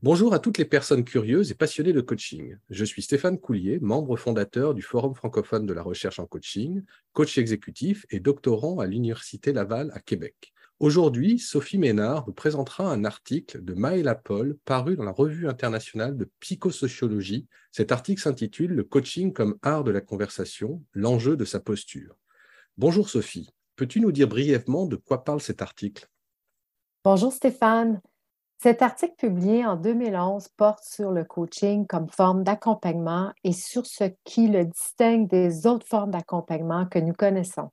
Bonjour à toutes les personnes curieuses et passionnées de coaching. Je suis Stéphane Coulier, membre fondateur du Forum francophone de la recherche en coaching, coach exécutif et doctorant à l'Université Laval à Québec. Aujourd'hui, Sophie Ménard nous présentera un article de Maëla Paul paru dans la Revue internationale de psychosociologie. Cet article s'intitule « Le coaching comme art de la conversation, l'enjeu de sa posture ». Bonjour Sophie, peux-tu nous dire brièvement de quoi parle cet article ? Bonjour Stéphane. Cet article publié en 2011 porte sur le coaching comme forme d'accompagnement et sur ce qui le distingue des autres formes d'accompagnement que nous connaissons.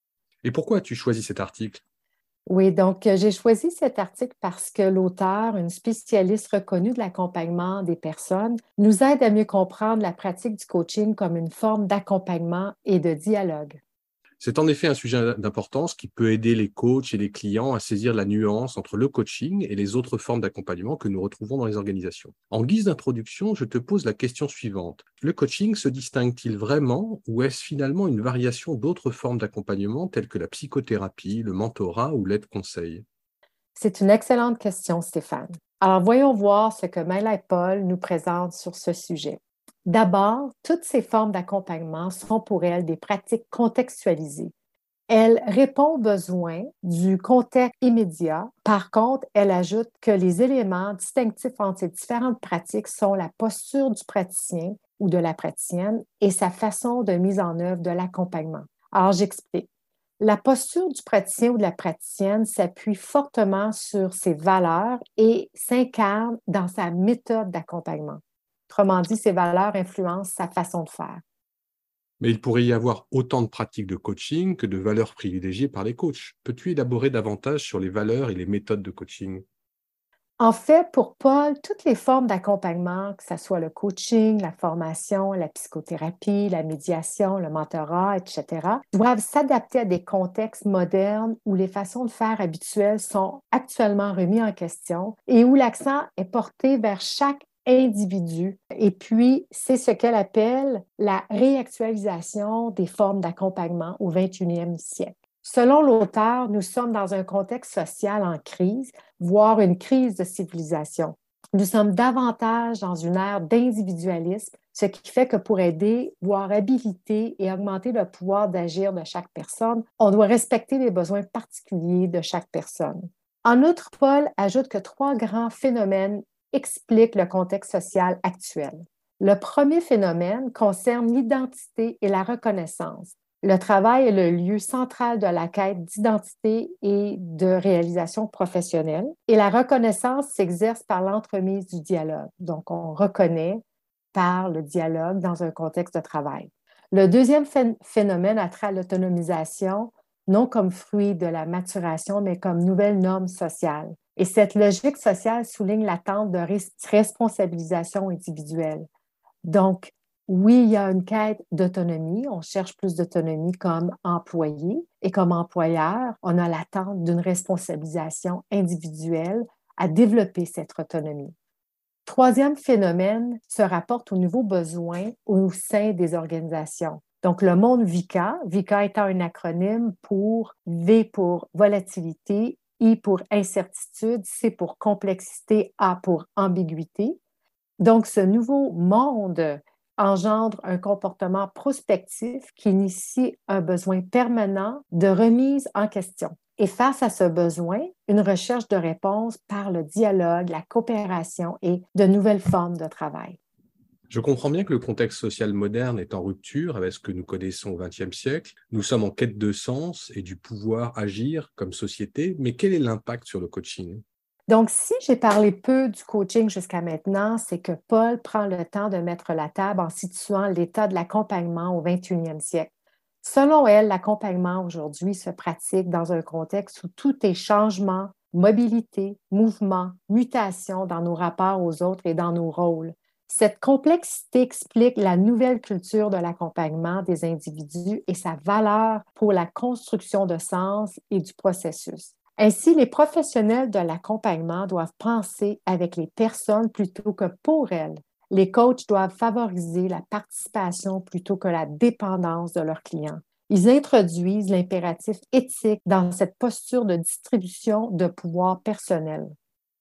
Et pourquoi as-tu choisi cet article ? Oui, donc j'ai choisi cet article parce que l'auteur, une spécialiste reconnue de l'accompagnement des personnes, nous aide à mieux comprendre la pratique du coaching comme une forme d'accompagnement et de dialogue. C'est en effet un sujet d'importance qui peut aider les coachs et les clients à saisir la nuance entre le coaching et les autres formes d'accompagnement que nous retrouvons dans les organisations. En guise d'introduction, je te pose la question suivante. Le coaching se distingue-t-il vraiment ou est-ce finalement une variation d'autres formes d'accompagnement telles que la psychothérapie, le mentorat ou l'aide-conseil ? C'est une excellente question, Stéphane. Alors, voyons voir ce que Maëla et Paul nous présentent sur ce sujet. D'abord, toutes ces formes d'accompagnement sont pour elles des pratiques contextualisées. Elles répondent aux besoins du contexte immédiat. Par contre, elle ajoute que les éléments distinctifs entre ces différentes pratiques sont la posture du praticien ou de la praticienne et sa façon de mise en œuvre de l'accompagnement. Alors, j'explique. La posture du praticien ou de la praticienne s'appuie fortement sur ses valeurs et s'incarne dans sa méthode d'accompagnement. Autrement dit, ces valeurs influencent sa façon de faire. Mais il pourrait y avoir autant de pratiques de coaching que de valeurs privilégiées par les coachs. Peux-tu élaborer davantage sur les valeurs et les méthodes de coaching ? En fait, pour Paul, toutes les formes d'accompagnement, que ce soit le coaching, la formation, la psychothérapie, la médiation, le mentorat, etc., doivent s'adapter à des contextes modernes où les façons de faire habituelles sont actuellement remises en question et où l'accent est porté vers chaque individu. Et puis, c'est ce qu'elle appelle la réactualisation des formes d'accompagnement au 21e siècle. Selon l'auteur, nous sommes dans un contexte social en crise, voire une crise de civilisation. Nous sommes davantage dans une ère d'individualisme, ce qui fait que pour aider, voire habiliter et augmenter le pouvoir d'agir de chaque personne, on doit respecter les besoins particuliers de chaque personne. En outre, Paul ajoute que trois grands phénomènes expliquent le contexte social actuel. Le premier phénomène concerne l'identité et la reconnaissance. Le travail est le lieu central de la quête d'identité et de réalisation professionnelle. Et la reconnaissance s'exerce par l'entremise du dialogue. Donc, on reconnaît par le dialogue dans un contexte de travail. Le deuxième phénomène a trait à l'autonomisation, non comme fruit de la maturation, mais comme nouvelle norme sociale. Et cette logique sociale souligne l'attente de responsabilisation individuelle. Donc, oui, il y a une quête d'autonomie. On cherche plus d'autonomie comme employé et comme employeur, on a l'attente d'une responsabilisation individuelle à développer cette autonomie. Troisième phénomène se rapporte aux nouveaux besoins au sein des organisations. Donc, le monde VICA, VICA étant un acronyme pour V pour volatilité, I pour incertitude, C pour complexité, A pour ambiguïté. Donc, ce nouveau monde engendre un comportement prospectif qui initie un besoin permanent de remise en question. Et face à ce besoin, une recherche de réponse par le dialogue, la coopération et de nouvelles formes de travail. Je comprends bien que le contexte social moderne est en rupture avec ce que nous connaissons au XXe siècle. Nous sommes en quête de sens et du pouvoir agir comme société, mais quel est l'impact sur le coaching ? Donc, si j'ai parlé peu du coaching jusqu'à maintenant, c'est que Paul prend le temps de mettre la table en situant l'état de l'accompagnement au 21e siècle. Selon elle, l'accompagnement aujourd'hui se pratique dans un contexte où tout est changement, mobilité, mouvement, mutation dans nos rapports aux autres et dans nos rôles. Cette complexité explique la nouvelle culture de l'accompagnement des individus et sa valeur pour la construction de sens et du processus. Ainsi, les professionnels de l'accompagnement doivent penser avec les personnes plutôt que pour elles. Les coachs doivent favoriser la participation plutôt que la dépendance de leurs clients. Ils introduisent l'impératif éthique dans cette posture de distribution de pouvoir personnel.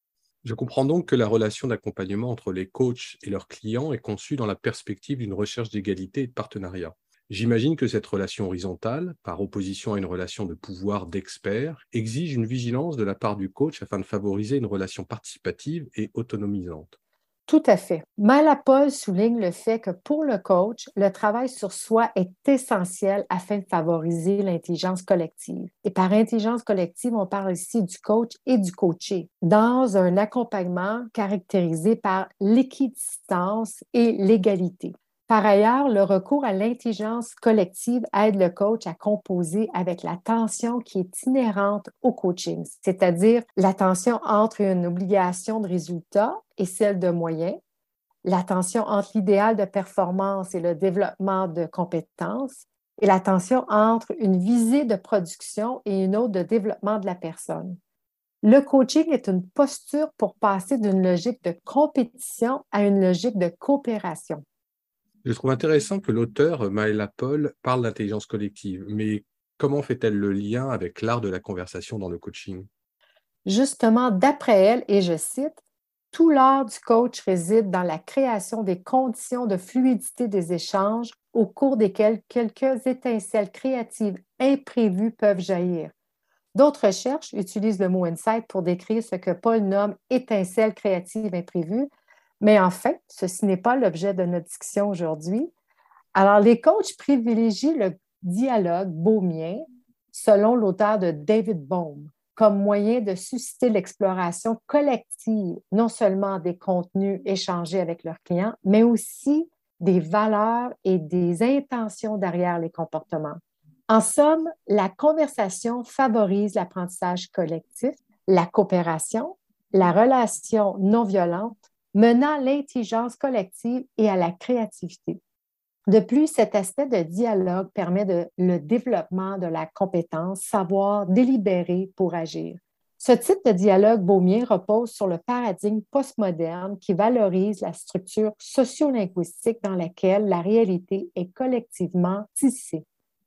Je comprends donc que la relation d'accompagnement entre les coachs et leurs clients est conçue dans la perspective d'une recherche d'égalité et de partenariat. J'imagine que cette relation horizontale, par opposition à une relation de pouvoir d'expert, exige une vigilance de la part du coach afin de favoriser une relation participative et autonomisante. Tout à fait. Paul souligne le fait que pour le coach, le travail sur soi est essentiel afin de favoriser l'intelligence collective. Et par intelligence collective, on parle ici du coach et du coaché dans un accompagnement caractérisé par l'équidistance et l'égalité. Par ailleurs, le recours à l'intelligence collective aide le coach à composer avec la tension qui est inhérente au coaching, c'est-à-dire la tension entre une obligation de résultat et celle de moyens, la tension entre l'idéal de performance et le développement de compétences, et la tension entre une visée de production et une autre de développement de la personne. Le coaching est une posture pour passer d'une logique de compétition à une logique de coopération. Je trouve intéressant que l'auteur, Maëla Paul, parle d'intelligence collective, mais comment fait-elle le lien avec l'art de la conversation dans le coaching? Justement, d'après elle, et je cite, tout l'art du coach réside dans la création des conditions de fluidité des échanges au cours desquels quelques étincelles créatives imprévues peuvent jaillir. D'autres recherches utilisent le mot insight pour décrire ce que Paul nomme étincelles créatives imprévues, mais en fait, ceci n'est pas l'objet de notre discussion aujourd'hui. Alors, les coachs privilégient le dialogue baumien, selon l'auteur de David Bohm, comme moyen de susciter l'exploration collective, non seulement des contenus échangés avec leurs clients, mais aussi des valeurs et des intentions derrière les comportements. En somme, la conversation favorise l'apprentissage collectif, la coopération, la relation non violente, menant à l'intelligence collective et à la créativité. De plus, cet aspect de dialogue permet le développement de la compétence, savoir délibérer pour agir. Ce type de dialogue baumien repose sur le paradigme postmoderne qui valorise la structure sociolinguistique dans laquelle la réalité est collectivement tissée.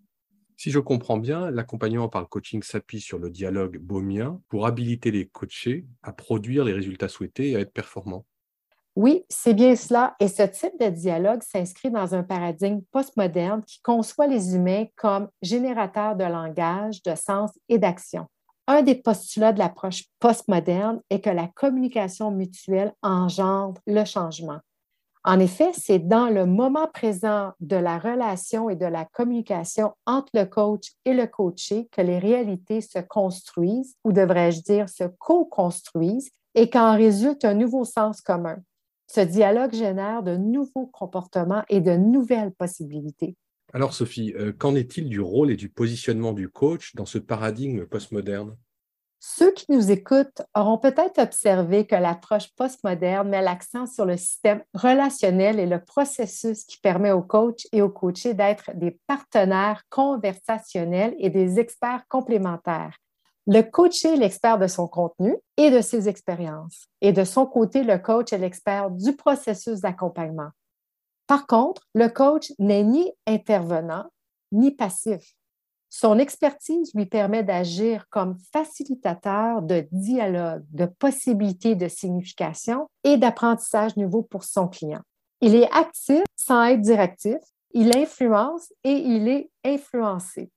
Si je comprends bien, l'accompagnement par le coaching s'appuie sur le dialogue baumien pour habiliter les coachés à produire les résultats souhaités et à être performants. Oui, c'est bien cela. Et ce type de dialogue s'inscrit dans un paradigme postmoderne qui conçoit les humains comme générateurs de langage, de sens et d'action. Un des postulats de l'approche postmoderne est que la communication mutuelle engendre le changement. En effet, c'est dans le moment présent de la relation et de la communication entre le coach et le coaché que les réalités se construisent, ou devrais-je dire se co-construisent, et qu'en résulte un nouveau sens commun. Ce dialogue génère de nouveaux comportements et de nouvelles possibilités. Alors Sophie, qu'en est-il du rôle et du positionnement du coach dans ce paradigme postmoderne? Ceux qui nous écoutent auront peut-être observé que l'approche postmoderne met l'accent sur le système relationnel et le processus qui permet aux coachs et aux coachés d'être des partenaires conversationnels et des experts complémentaires. Le coaché est l'expert de son contenu et de ses expériences. Et de son côté, le coach est l'expert du processus d'accompagnement. Par contre, le coach n'est ni intervenant ni passif. Son expertise lui permet d'agir comme facilitateur de dialogue, de possibilités de signification et d'apprentissage nouveau pour son client. Il est actif sans être directif, il influence et il est influencé.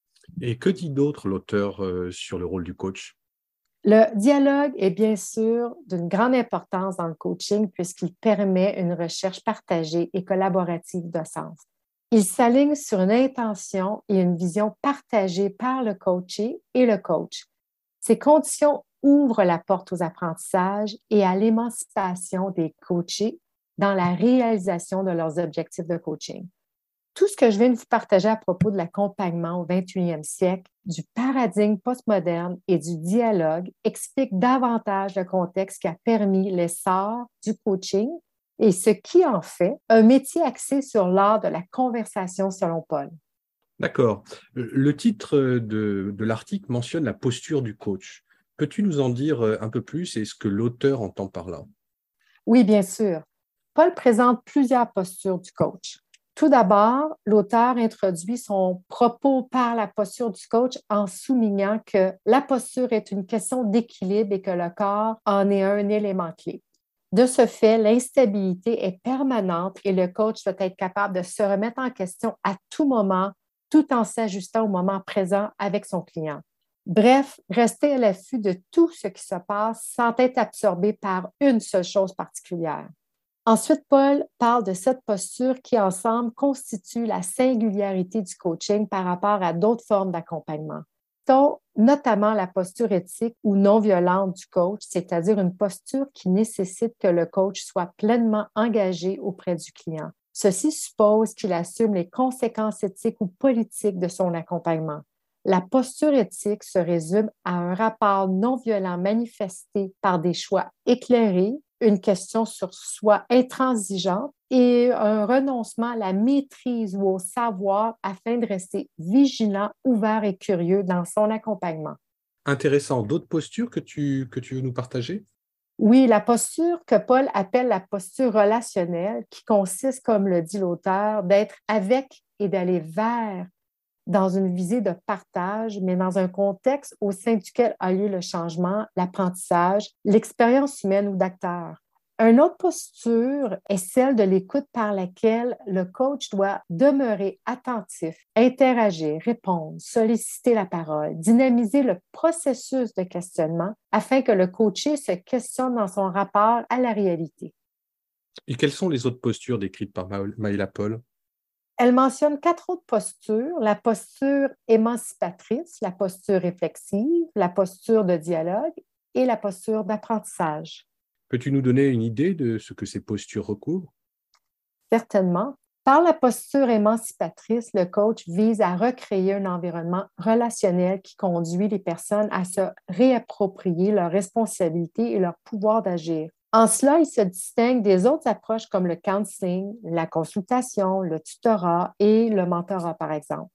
Et que dit d'autre l'auteur sur le rôle du coach? Le dialogue est bien sûr d'une grande importance dans le coaching puisqu'il permet une recherche partagée et collaborative de sens. Il s'aligne sur une intention et une vision partagée par le coaché et le coach. Ces conditions ouvrent la porte aux apprentissages et à l'émancipation des coachés dans la réalisation de leurs objectifs de coaching. Tout ce que je viens de vous partager à propos de l'accompagnement au 21e siècle, du paradigme postmoderne et du dialogue explique davantage le contexte qui a permis l'essor du coaching et ce qui en fait un métier axé sur l'art de la conversation selon Paul. D'accord. Le titre de l'article mentionne la posture du coach. Peux-tu nous en dire un peu plus et ce que l'auteur entend par là? Oui, bien sûr. Paul présente plusieurs postures du coach. Tout d'abord, l'auteur introduit son propos par la posture du coach en soulignant que la posture est une question d'équilibre et que le corps en est un élément clé. De ce fait, l'instabilité est permanente et le coach doit être capable de se remettre en question à tout moment, tout en s'ajustant au moment présent avec son client. Bref, rester à l'affût de tout ce qui se passe sans être absorbé par une seule chose particulière. Ensuite, Paul parle de cette posture qui, ensemble, constitue la singularité du coaching par rapport à d'autres formes d'accompagnement, dont notamment la posture éthique ou non violente du coach, c'est-à-dire une posture qui nécessite que le coach soit pleinement engagé auprès du client. Ceci suppose qu'il assume les conséquences éthiques ou politiques de son accompagnement. La posture éthique se résume à un rapport non violent manifesté par des choix éclairés, une question sur soi intransigeante et un renoncement à la maîtrise ou au savoir afin de rester vigilant, ouvert et curieux dans son accompagnement. Intéressant. D'autres postures que tu veux nous partager? Oui, la posture que Paul appelle la posture relationnelle, qui consiste, comme le dit l'auteur, d'être avec et d'aller vers dans une visée de partage, mais dans un contexte au sein duquel a lieu le changement, l'apprentissage, l'expérience humaine ou d'acteur. Une autre posture est celle de l'écoute par laquelle le coach doit demeurer attentif, interagir, répondre, solliciter la parole, dynamiser le processus de questionnement afin que le coaché se questionne dans son rapport à la réalité. Et quelles sont les autres postures décrites par Maëla Paul? Elle mentionne 4 autres postures, la posture émancipatrice, la posture réflexive, la posture de dialogue et la posture d'apprentissage. Peux-tu nous donner une idée de ce que ces postures recouvrent? Certainement. Par la posture émancipatrice, le coach vise à recréer un environnement relationnel qui conduit les personnes à se réapproprier leurs responsabilités et leur pouvoir d'agir. En cela, il se distingue des autres approches comme le counseling, la consultation, le tutorat et le mentorat, par exemple.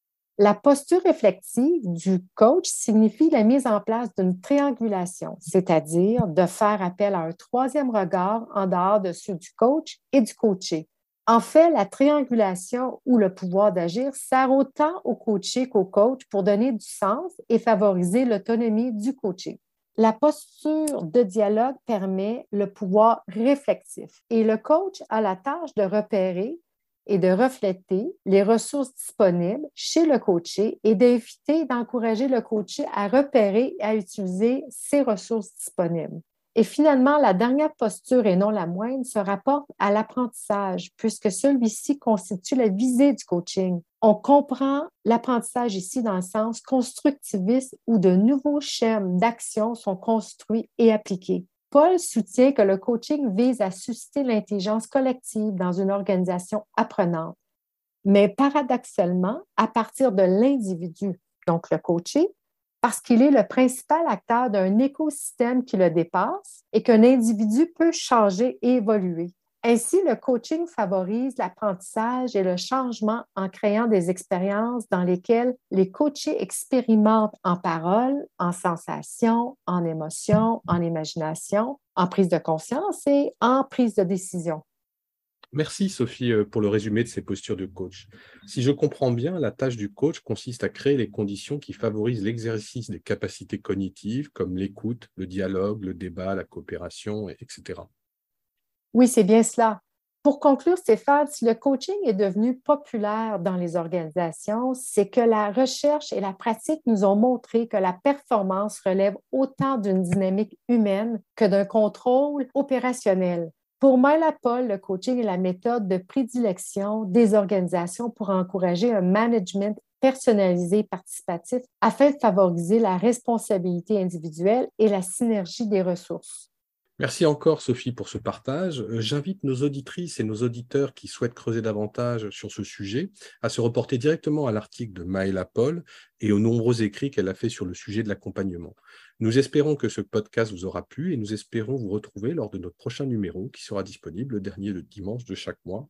La posture réflexive du coach signifie la mise en place d'une triangulation, c'est-à-dire de faire appel à un troisième regard en dehors de ceux du coach et du coaché. En fait, la triangulation ou le pouvoir d'agir sert autant au coaché qu'au coach pour donner du sens et favoriser l'autonomie du coaché. La posture de dialogue permet le pouvoir réflexif et le coach a la tâche de repérer et de refléter les ressources disponibles chez le coaché et d'éviter et d'encourager le coaché à repérer et à utiliser ces ressources disponibles. Et finalement, la dernière posture, et non la moindre, se rapporte à l'apprentissage, puisque celui-ci constitue la visée du coaching. On comprend l'apprentissage ici dans le sens constructiviste où de nouveaux schèmes d'action sont construits et appliqués. Paul soutient que le coaching vise à susciter l'intelligence collective dans une organisation apprenante, mais paradoxalement, à partir de l'individu, donc le coaché, parce qu'il est le principal acteur d'un écosystème qui le dépasse et qu'un individu peut changer et évoluer. Ainsi, le coaching favorise l'apprentissage et le changement en créant des expériences dans lesquelles les coachés expérimentent en parole, en sensation, en émotion, en imagination, en prise de conscience et en prise de décision. Merci Sophie pour le résumé de ces postures de coach. Si je comprends bien, la tâche du coach consiste à créer les conditions qui favorisent l'exercice des capacités cognitives comme l'écoute, le dialogue, le débat, la coopération, etc. Oui, c'est bien cela. Pour conclure, Stéphane, si le coaching est devenu populaire dans les organisations, c'est que la recherche et la pratique nous ont montré que la performance relève autant d'une dynamique humaine que d'un contrôle opérationnel. Pour Maëla Paul, le coaching est la méthode de prédilection des organisations pour encourager un management personnalisé et participatif afin de favoriser la responsabilité individuelle et la synergie des ressources. Merci encore Sophie pour ce partage. J'invite nos auditrices et nos auditeurs qui souhaitent creuser davantage sur ce sujet à se reporter directement à l'article de Maëla Paul et aux nombreux écrits qu'elle a fait sur le sujet de l'accompagnement. Nous espérons que ce podcast vous aura plu et nous espérons vous retrouver lors de notre prochain numéro qui sera disponible le dernier dimanche de chaque mois.